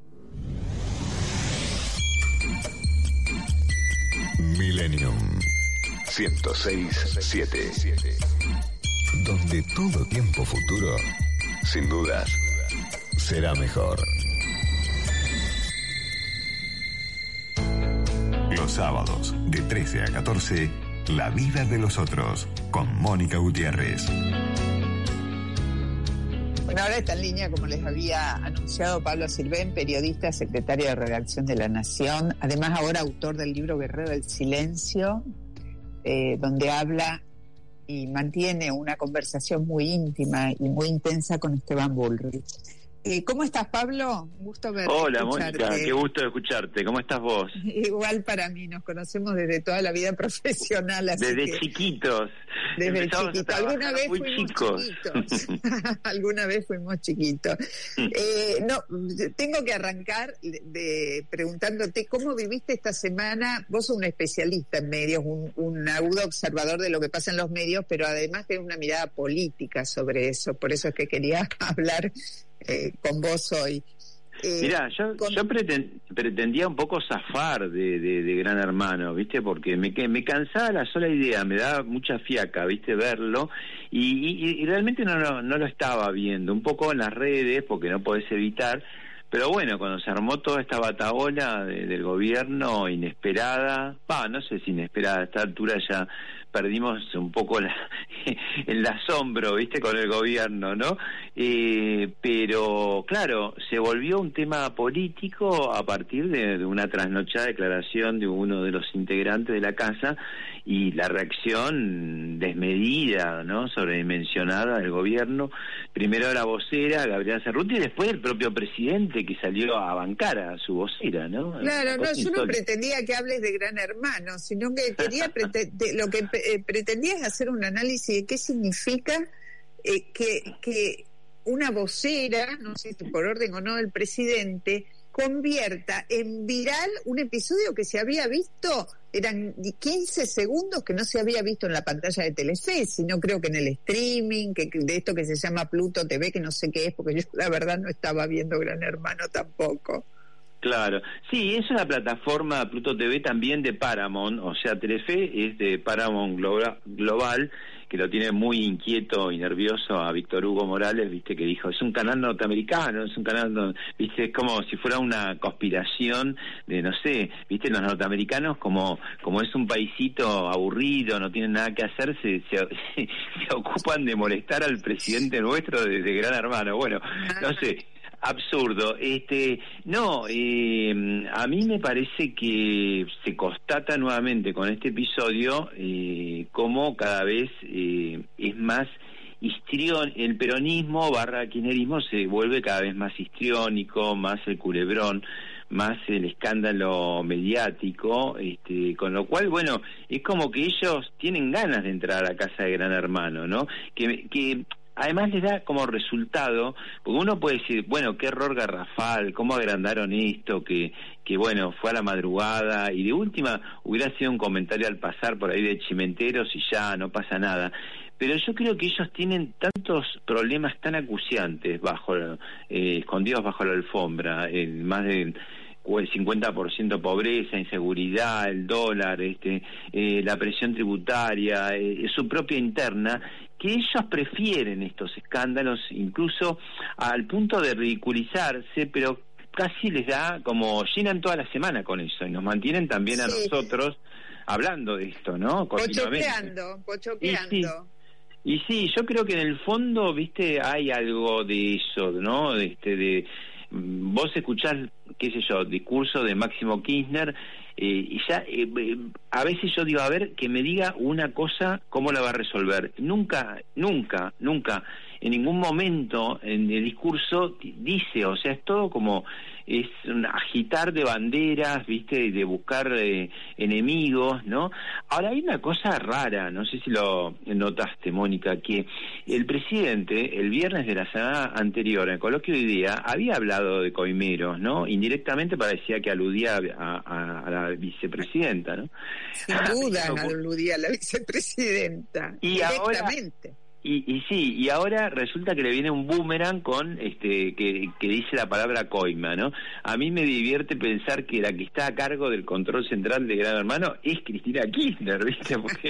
Millennium ciento seis punto siete, donde todo tiempo futuro, sin dudas, será mejor.
Los sábados, de trece a catorce, La vida de los otros, con Mónica Gutiérrez.
Bueno, ahora está en línea, como les había anunciado, Pablo Sirven, periodista, secretario de redacción de La Nación, además ahora autor del libro Guerrero del Silencio, eh, donde habla y mantiene una conversación muy íntima y muy intensa con Esteban Bullrich. Eh, ¿Cómo estás, Pablo? Un gusto verte.
Hola, Mónica, qué gusto de escucharte. ¿Cómo estás vos?
Igual para mí, nos conocemos desde toda la vida profesional. Así
desde
que,
chiquitos.
Desde chiquitos. Alguna vez
muy
fuimos
chicos.
chiquitos. Alguna vez fuimos chiquitos. Eh, no, tengo que arrancar de, de preguntándote cómo viviste esta semana. Vos sos un especialista en medios, un, un agudo observador de lo que pasa en los medios, pero además tenés una mirada política sobre eso. Por eso es que quería hablar Eh, con vos hoy. Eh,
Mirá, yo, con... yo pretend, pretendía un poco zafar de, de, de Gran Hermano, ¿viste? Porque me, me cansaba la sola idea, me daba mucha fiaca, ¿viste? Verlo, y, y, y realmente no, no, no lo estaba viendo, un poco en las redes, porque no podés evitar, pero bueno, cuando se armó toda esta batahola de, del gobierno inesperada, pa, no sé si inesperada, a esta altura ya perdimos un poco la, el asombro, ¿viste? Con el gobierno, ¿no? Eh, pero, claro, se volvió un tema político a partir de, de una trasnochada declaración de uno de los integrantes de la casa y la reacción desmedida, ¿no? Sobredimensionada del gobierno, primero la vocera, Gabriela Cerruti, y después el propio presidente que salió a bancar a su vocera, ¿no?
Claro, no, yo no pretendía que hables de Gran Hermano, sino que quería pretender, lo que eh, pretendía es hacer un análisis de qué significa eh, que, que una vocera, no sé si por orden o no del presidente, convierta en viral un episodio que se había visto, eran quince segundos que no se había visto en la pantalla de Telefe, sino creo que en el streaming, que, de esto que se llama Pluto T V, que no sé qué es, porque yo la verdad no estaba viendo Gran Hermano tampoco.
Claro, sí, es una plataforma, Pluto T V, también de Paramount, o sea, Telefe es de Paramount Global, que lo tiene muy inquieto y nervioso a Víctor Hugo Morales, viste, que dijo, es un canal norteamericano, es un canal, no, viste, es como si fuera una conspiración de, no sé, viste, los norteamericanos como como es un paisito aburrido, no tienen nada que hacer, se, se, se ocupan de molestar al presidente nuestro de, de Gran Hermano. Bueno, no sé, absurdo. Este, no, eh, a mí me parece que se constata nuevamente con este episodio eh, cómo cada vez eh, es más histrión, el peronismo barra kirchnerismo se vuelve cada vez más histriónico, más el culebrón, más el escándalo mediático, este, con lo cual, bueno, es como que ellos tienen ganas de entrar a la casa de Gran Hermano, ¿no? Que, que además les da como resultado, porque uno puede decir, bueno, qué error garrafal, cómo agrandaron esto, que, que bueno, fue a la madrugada, y de última hubiera sido un comentario al pasar por ahí de chimenteros y ya no pasa nada. Pero yo creo que ellos tienen tantos problemas tan acuciantes bajo, eh, escondidos bajo la alfombra, el más del el cincuenta por ciento pobreza, inseguridad, el dólar, este, eh, la presión tributaria, eh, su propia interna, que ellos prefieren estos escándalos incluso al punto de ridiculizarse, pero casi les da como llenan toda la semana con eso y nos mantienen también a sí. nosotros hablando de esto, ¿no?
Pochoqueando, pochoqueando.
Y sí, y sí, yo creo que en el fondo, viste, hay algo de eso, ¿no? De este, de vos escuchás, qué sé yo, discurso de Máximo Kirchner, eh, y ya eh, a veces yo digo, a ver, que me diga una cosa, ¿cómo la va a resolver? Nunca, nunca, nunca, en ningún momento en el discurso dice, o sea, es todo como es un agitar de banderas, viste, de buscar eh, enemigos, ¿no? Ahora hay una cosa rara, no sé si lo notaste, Mónica, que el presidente el viernes de la semana anterior, en el coloquio de hoy día, había hablado de coimeros, ¿no? Indirectamente parecía que aludía a, a, a la vicepresidenta, ¿no?
Sin duda aludía a la vicepresidenta,
y directamente. Ahora, Y, y sí, y ahora resulta que le viene un boomerang con este que, que dice la palabra coima, ¿no? A mí me divierte pensar que la que está a cargo del control central de Gran Hermano es Cristina Kirchner, ¿viste? Porque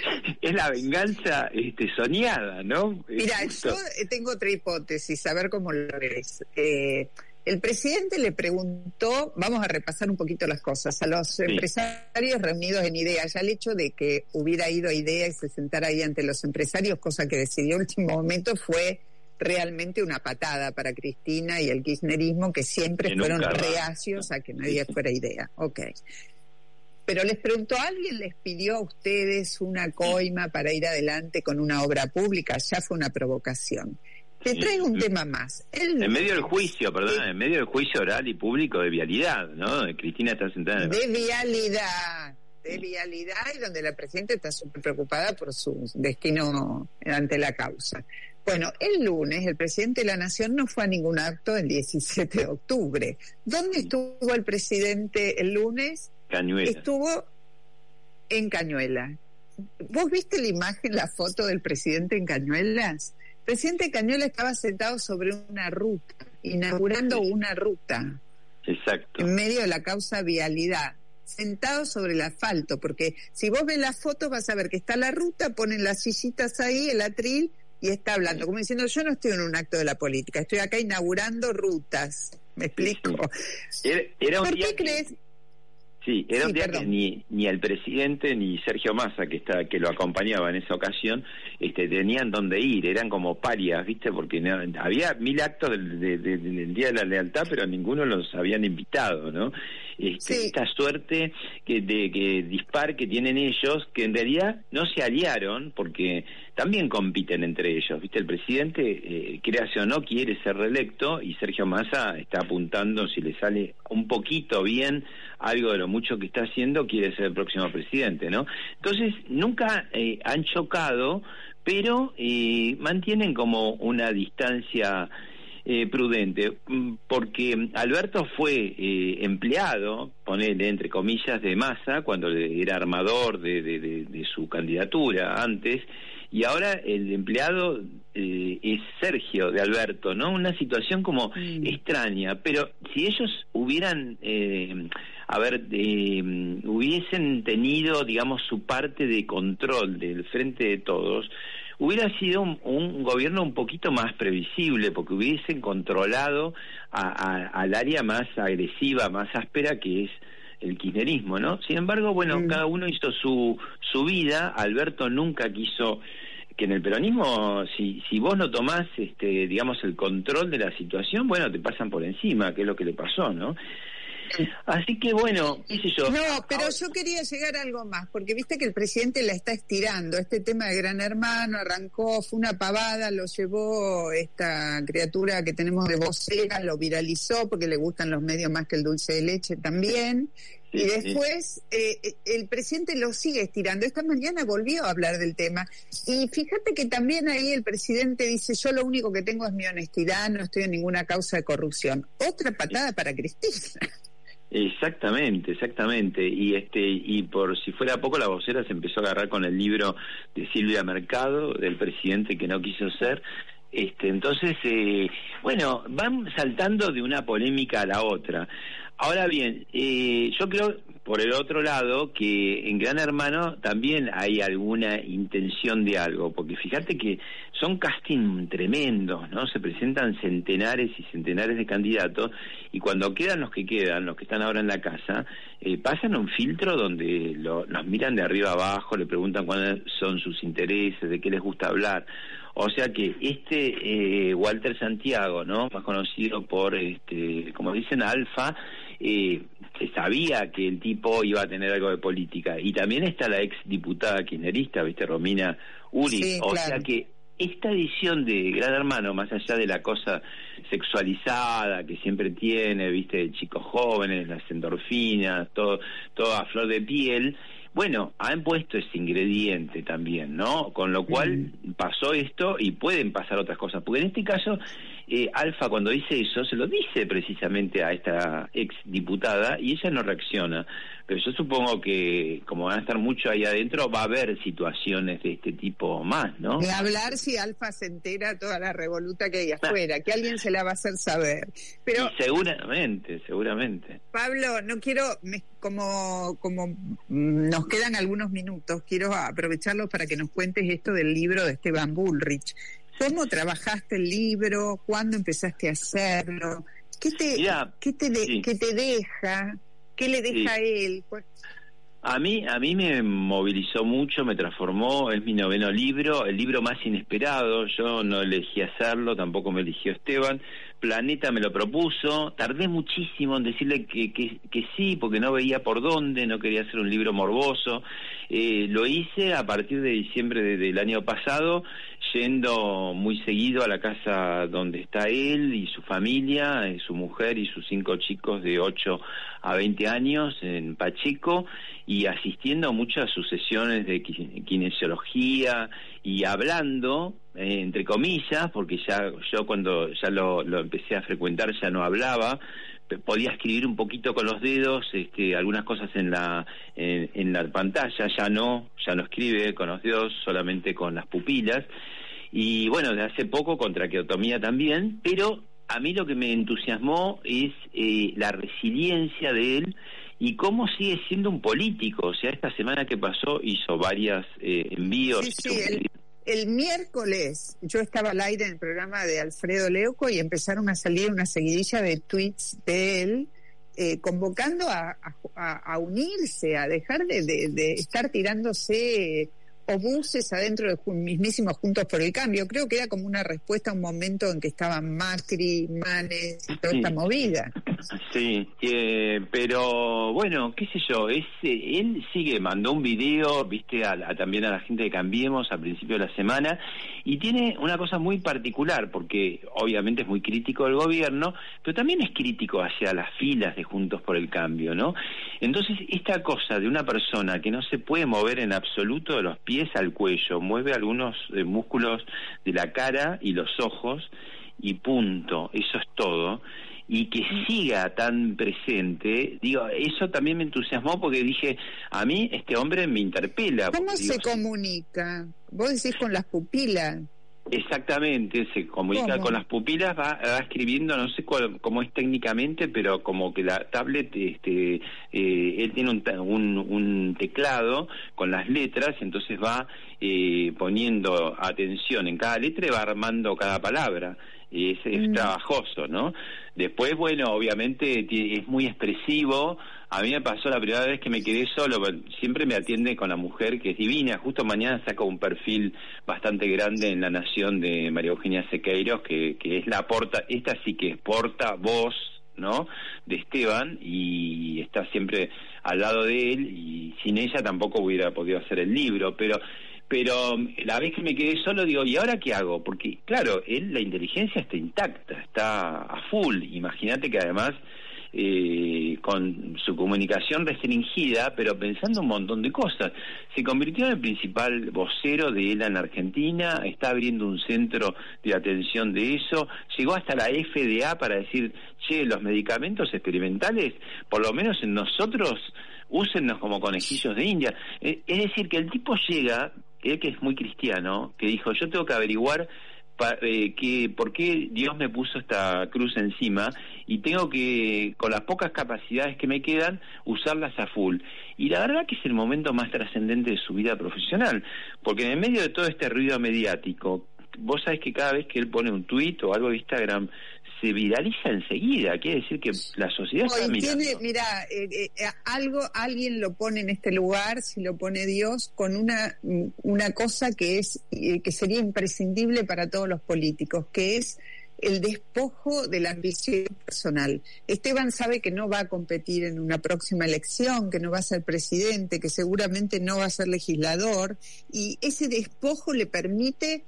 es la venganza este, soñada, ¿no?
Mira, yo tengo otra hipótesis, a ver cómo lo ves. Eh, el presidente le preguntó, vamos a repasar un poquito las cosas, a los sí. empresarios reunidos en IDEA, ya el hecho de que hubiera ido a IDEA y se sentara ahí ante los empresarios, cosa que decidió en último momento, fue realmente una patada para Cristina y el kirchnerismo, que siempre que fueron reacios a que nadie fuera a IDEA. Ok. Pero les preguntó, ¿alguien les pidió a ustedes una coima para ir adelante con una obra pública? Ya fue una provocación. Te traigo un tema más. El...
En medio del juicio, perdón, en medio del juicio oral y público de vialidad, ¿no? Cristina está sentada en el...
De vialidad, de vialidad, y donde la presidenta está súper preocupada por su destino ante la causa. Bueno, el lunes el presidente de la Nación no fue a ningún acto el diecisiete de octubre. ¿Dónde estuvo el presidente el lunes?
Cañuelas.
Estuvo en Cañuelas. ¿Vos viste la imagen, la foto del presidente en Cañuelas? El presidente Cañuelas estaba sentado sobre una ruta, inaugurando una ruta.
Exacto.
En medio de la causa vialidad, sentado sobre el asfalto, porque si vos ves las fotos vas a ver que está la ruta, ponen las sillitas ahí, el atril, y está hablando, como diciendo, yo no estoy en un acto de la política, estoy acá inaugurando rutas. ¿Me explico?
Era, era un
¿Por
día
qué
que...
crees?
Sí, era
sí,
un día
perdón.
que ni, ni el presidente ni Sergio Massa, que está que lo acompañaba en esa ocasión, este, tenían dónde ir, eran como parias, ¿viste? Porque no, había mil actos del, de, de, del Día de la Lealtad, pero ninguno los habían invitado, ¿no? Este, sí. Esta suerte que de que dispar que tienen ellos, que en realidad no se aliaron, porque también compiten entre ellos, ¿viste? El presidente, eh, creación o no, quiere ser reelecto, y Sergio Massa está apuntando, si le sale un poquito bien algo de lo mucho que está haciendo, quiere ser el próximo presidente, ¿no? Entonces, nunca eh, han chocado, pero eh, mantienen como una distancia eh, prudente, porque Alberto fue eh, empleado, ponele entre comillas, de Massa, cuando era armador de, de, de, de su candidatura antes, y ahora el empleado eh, es Sergio de Alberto, ¿no? Una situación como mm. extraña, pero si ellos hubieran, eh, a ver, eh, hubiesen tenido, digamos, su parte de control del Frente de Todos, hubiera sido un, un gobierno un poquito más previsible, porque hubiesen controlado a, a, al área más agresiva, más áspera, que es el kirchnerismo, ¿no? Sin embargo, bueno, mm. cada uno hizo su su vida. Alberto nunca quiso que en el peronismo, si si vos no tomás, este, digamos, el control de la situación, bueno, te pasan por encima, que es lo que le pasó, ¿no? Así que bueno, qué sé yo.
No, pero ahora... yo quería llegar a algo más, porque viste que el presidente la está estirando. Este tema de Gran Hermano arrancó, fue una pavada, lo llevó esta criatura que tenemos de vocera, lo viralizó porque le gustan los medios más que el dulce de leche también. Sí, y después sí. eh, el presidente lo sigue estirando. Esta mañana volvió a hablar del tema. Y fíjate que también ahí el presidente dice, yo lo único que tengo es mi honestidad, no estoy en ninguna causa de corrupción. Otra patada sí. para Cristina.
Exactamente, exactamente. Y este y por si fuera poco, la vocera se empezó a agarrar con el libro de Silvia Mercado, del presidente que no quiso ser. Este, entonces, eh, bueno, van saltando de una polémica a la otra. Ahora bien, eh, yo creo, por el otro lado, que en Gran Hermano también hay alguna intención de algo, porque fíjate que son casting tremendos, ¿no? Se presentan centenares y centenares de candidatos, y cuando quedan los que quedan, los que están ahora en la casa, eh, pasan un filtro donde lo, nos miran de arriba abajo, le preguntan cuáles son sus intereses, de qué les gusta hablar. O sea que este eh, Walter Santiago, ¿no?, más conocido por, este, como dicen, Alfa, eh, se sabía que el tipo iba a tener algo de política. Y también está la ex diputada kirchnerista, ¿viste?, Romina Uri. Sí, o claro. sea que esta edición de Gran Hermano, más allá de la cosa sexualizada que siempre tiene, ¿viste?, de chicos jóvenes, las endorfinas, todo, todo a flor de piel, bueno, han puesto ese ingrediente también, ¿no? Con lo cual mm. pasó esto y pueden pasar otras cosas. Porque en este caso, eh, Alfa, cuando dice eso, se lo dice precisamente a esta ex diputada y ella no reacciona. Pero yo supongo que, como van a estar mucho ahí adentro, va a haber situaciones de este tipo más, ¿no?
De hablar si Alfa se entera toda la revoluta que hay afuera, ah. que alguien se la va a hacer saber. Pero
y seguramente, seguramente.
Pablo, no quiero, me, como, como nos quedan algunos minutos, quiero aprovecharlos para que nos cuentes esto del libro de Esteban Bullrich. ¿Cómo trabajaste el libro? ¿Cuándo empezaste a hacerlo? ¿Qué te, Mirá, ¿qué te, de, sí. ¿qué te deja? ¿Qué le deja sí. a él? Pues...
A mí, a mí me movilizó mucho, me transformó, es mi noveno libro, el libro más inesperado. Yo no elegí hacerlo, tampoco me eligió Esteban. Planeta me lo propuso, tardé muchísimo en decirle que, que, que sí, porque no veía por dónde, no quería hacer un libro morboso. Eh, lo hice a partir de diciembre de, del año pasado, yendo muy seguido a la casa donde está él y su familia, eh, su mujer y sus cinco chicos de ocho a veinte años en Pacheco, y asistiendo mucho a sus sesiones de kinesiología y hablando, eh, entre comillas, porque ya yo cuando ya lo, lo empecé a frecuentar ya no hablaba, podía escribir un poquito con los dedos, este, algunas cosas en la en, en la pantalla, ya no, ya no escribe con los dedos, solamente con las pupilas. Y bueno, de hace poco con traqueotomía también, pero a mí lo que me entusiasmó es eh, la resiliencia de él y cómo sigue siendo un político. O sea, esta semana que pasó hizo varios eh, envíos.
Sí, sí, el, el miércoles yo estaba al aire en el programa de Alfredo Leuco y empezaron a salir una seguidilla de tweets de él eh, convocando a, a, a unirse, a dejar de, de, de estar tirándose obuses adentro de mismísimos Juntos por el Cambio. Creo que era como una respuesta a un momento en que estaban Macri, Manes y toda sí. esta movida.
Sí, eh, pero bueno, qué sé yo, es, eh, él sigue, mandó un video, viste, a, a, también a la gente de Cambiemos al principio de la semana, y tiene una cosa muy particular, porque obviamente es muy crítico del gobierno, pero también es crítico hacia las filas de Juntos por el Cambio, ¿no? Entonces, esta cosa de una persona que no se puede mover en absoluto de los pies al cuello, mueve algunos eh, músculos de la cara y los ojos, y punto, eso es todo. y que siga tan presente, digo, eso también me entusiasmó porque dije, a mí este hombre me interpela.
¿Cómo
porque,
se
digo,
comunica? Vos decís con las pupilas.
Exactamente, se comunica
¿Cómo?
con las pupilas, va, va escribiendo, no sé cuál, cómo es técnicamente, pero como que la tablet, este, eh, él tiene un, un, un teclado con las letras, entonces va eh, poniendo atención en cada letra y va armando cada palabra. Es, es mm. trabajoso, ¿no? Después, bueno, obviamente es muy expresivo. A mí me pasó la primera vez que me quedé solo, siempre me atiende con la mujer, que es divina. Justo mañana saco un perfil bastante grande en La Nación de María Eugenia Sequeiros, que, que es la porta, esta sí que es porta-voz, ¿no?, de Esteban, y está siempre al lado de él, y sin ella tampoco hubiera podido hacer el libro, pero... Pero la vez que me quedé solo digo, ¿y ahora qué hago? Porque, claro, él, la inteligencia está intacta, está a full. Imagínate que además, eh, con su comunicación restringida, pero pensando un montón de cosas. Se convirtió en el principal vocero de ELA en Argentina, está abriendo un centro de atención de eso, llegó hasta la F D A para decir, che, los medicamentos experimentales, por lo menos en nosotros, úsennos como conejillos de India. Eh, es decir, que el tipo llega... él que es muy cristiano, que dijo, yo tengo que averiguar pa, eh, que, por qué Dios me puso esta cruz encima y tengo que, con las pocas capacidades que me quedan, usarlas a full. Y la verdad que es el momento más trascendente de su vida profesional, porque en el medio de todo este ruido mediático, vos sabés que cada vez que él pone un tuit o algo de Instagram, se viraliza enseguida, quiere decir que la sociedad
Hoy
está mirando.
Tiene, mira, eh, eh, algo, alguien lo pone en este lugar, si lo pone Dios, con una una cosa que es eh, que sería imprescindible para todos los políticos, que es el despojo de la ambición personal. Esteban sabe que no va a competir en una próxima elección, que no va a ser presidente, que seguramente no va a ser legislador, y ese despojo le permite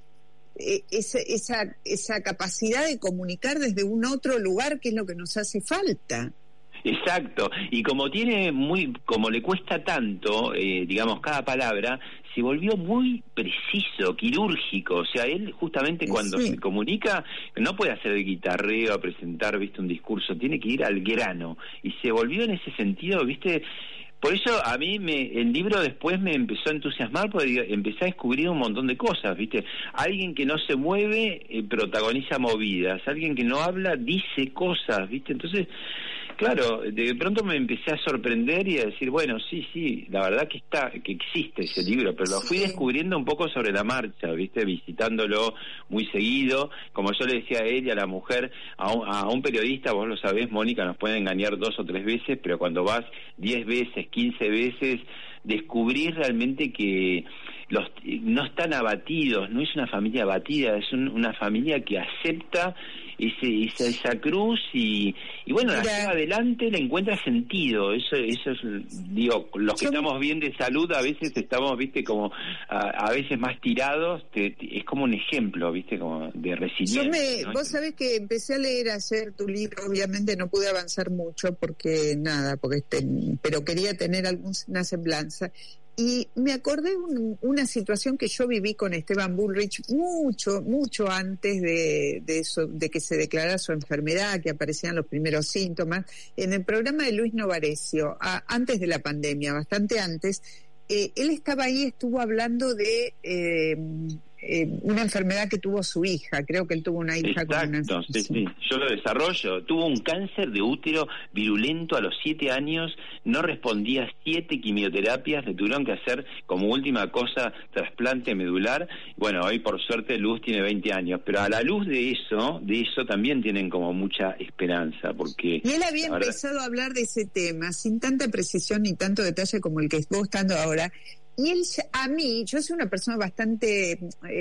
Esa, esa, esa capacidad de comunicar desde un otro lugar, que es lo que nos hace falta.
Exacto, y como tiene muy, como le cuesta tanto, eh, digamos, cada palabra, se volvió muy preciso, quirúrgico. O sea, él justamente cuando sí. se comunica no puede hacer el guitarreo, presentar, viste, un discurso, tiene que ir al grano, y se volvió en ese sentido, viste. Por eso a mí me, el libro después me empezó a entusiasmar, porque empecé a descubrir un montón de cosas, ¿viste? Alguien que no se mueve eh, protagoniza movidas, alguien que no habla dice cosas, ¿viste? Entonces, claro, de pronto me empecé a sorprender y a decir, bueno, sí, sí, la verdad que está, que existe ese libro, pero lo fui sí. descubriendo un poco sobre la marcha, ¿viste? Visitándolo muy seguido, como yo le decía a él y a la mujer, a un, a un periodista, vos lo sabés, Mónica, nos puede engañar dos o tres veces, pero cuando vas diez veces, quince veces, descubrir realmente que los no están abatidos, no es una familia abatida, es un, una familia que acepta ese, esa, esa cruz y, y bueno, Mira, la lleva adelante, le encuentra sentido. Eso eso es, digo, los que yo, estamos bien de salud a veces estamos, viste, como a, a veces más tirados, te, te, es como un ejemplo, viste, como de resiliencia.
Yo me,
¿no?
Vos sabés que empecé a leer ayer tu libro, obviamente no pude avanzar mucho porque nada, porque este, pero quería tener alguna semblanza. Y me acordé un, una situación que yo viví con Esteban Bullrich mucho, mucho antes de, de eso, de que se declarara su enfermedad, que aparecían los primeros síntomas, en el programa de Luis Novarecio, a, antes de la pandemia, bastante antes. Eh, él estaba ahí, estuvo hablando de eh, eh, una enfermedad que tuvo su hija, creo que él tuvo una hija
Exacto,
con una enfermedad.
Sí, sí, yo lo desarrollo. Tuvo un cáncer de útero virulento a los siete años, no respondía a siete quimioterapias, le tuvieron que hacer como última cosa trasplante medular. Bueno, hoy por suerte Luz tiene veinte años, pero a la luz de eso, de eso también tienen como mucha esperanza, porque...
Y él había
verdad,
empezado a hablar de ese tema sin tanta precisión ni tanto detalle como el que vos estando ahora. Y él, a mí, yo soy una persona bastante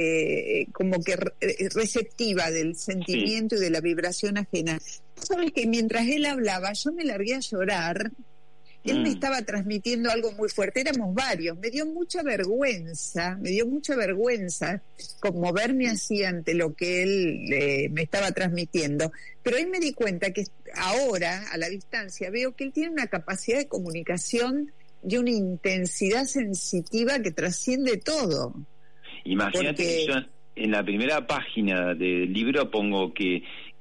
eh, como que re receptiva del sentimiento sí. y de la vibración ajena. Sabes que mientras él hablaba, yo me largué a llorar. Él mm. me estaba transmitiendo algo muy fuerte, éramos varios, me dio mucha vergüenza, me dio mucha vergüenza conmoverme así ante lo que él eh, me estaba transmitiendo, pero ahí me di cuenta que ahora, a la distancia, veo que él tiene una capacidad de comunicación de una intensidad sensitiva que trasciende todo.
Imagínate Porque... que yo en la primera página del libro pongo que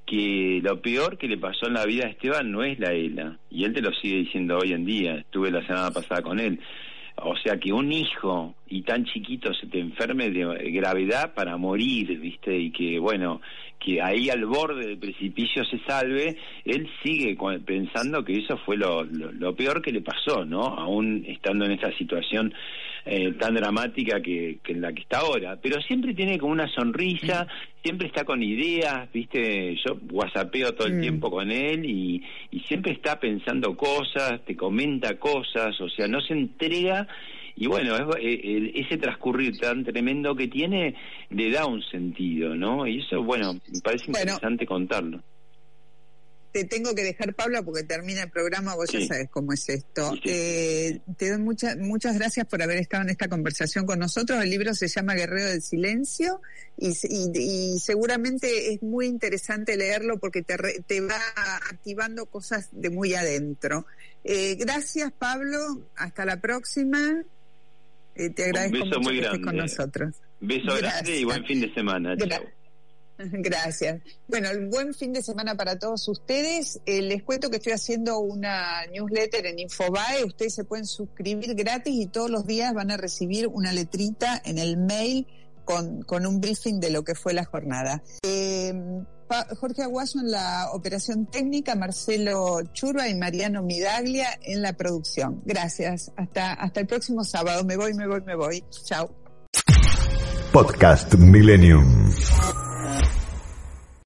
que lo peor que le pasó en la vida a Esteban no es la ELA, y él te lo sigue diciendo hoy en día. Estuve la semana pasada con él. O sea, que un hijo y tan chiquito se te enferme de gravedad para morir, ¿viste? Y que, bueno, que ahí al borde del precipicio se salve, él sigue pensando que eso fue lo, lo, lo peor que le pasó, ¿no? Aún estando en esta situación eh, tan dramática que, que en la que está ahora. Pero siempre tiene como una sonrisa, siempre está con ideas, ¿viste? Yo whatsappeo todo el mm. tiempo con él y, y siempre está pensando cosas, te comenta cosas, o sea, no se entrega. Y bueno, es, ese transcurrir tan tremendo que tiene le da un sentido, ¿no? Y eso, bueno, me parece interesante bueno, contarlo.
Te tengo que dejar, Pablo, porque termina el programa, vos sí. ya sabes cómo es esto. Sí, sí. Eh, te doy muchas muchas gracias por haber estado en esta conversación con nosotros. El libro se llama Guerrero del Silencio y, y, y seguramente es muy interesante leerlo porque te, re, te va activando cosas de muy adentro. Eh, gracias, Pablo. Hasta la próxima. Eh, te agradezco
Un beso
mucho
muy
que
grande.
estés con nosotros.
Beso gracias. grande y buen fin de semana.
Gra-
Chao.
Gracias. Bueno, el buen fin de semana para todos ustedes. Eh, les cuento que estoy haciendo una newsletter en Infobae. Ustedes se pueden suscribir gratis y todos los días van a recibir una letrita en el mail con, con un briefing de lo que fue la jornada. Eh, pa- Jorge Aguayo en la operación técnica, Marcelo Churba y Mariano Midaglia en la producción. Gracias. Hasta, hasta el próximo sábado. Me voy, me voy, me voy. Chao.
Podcast Millennium.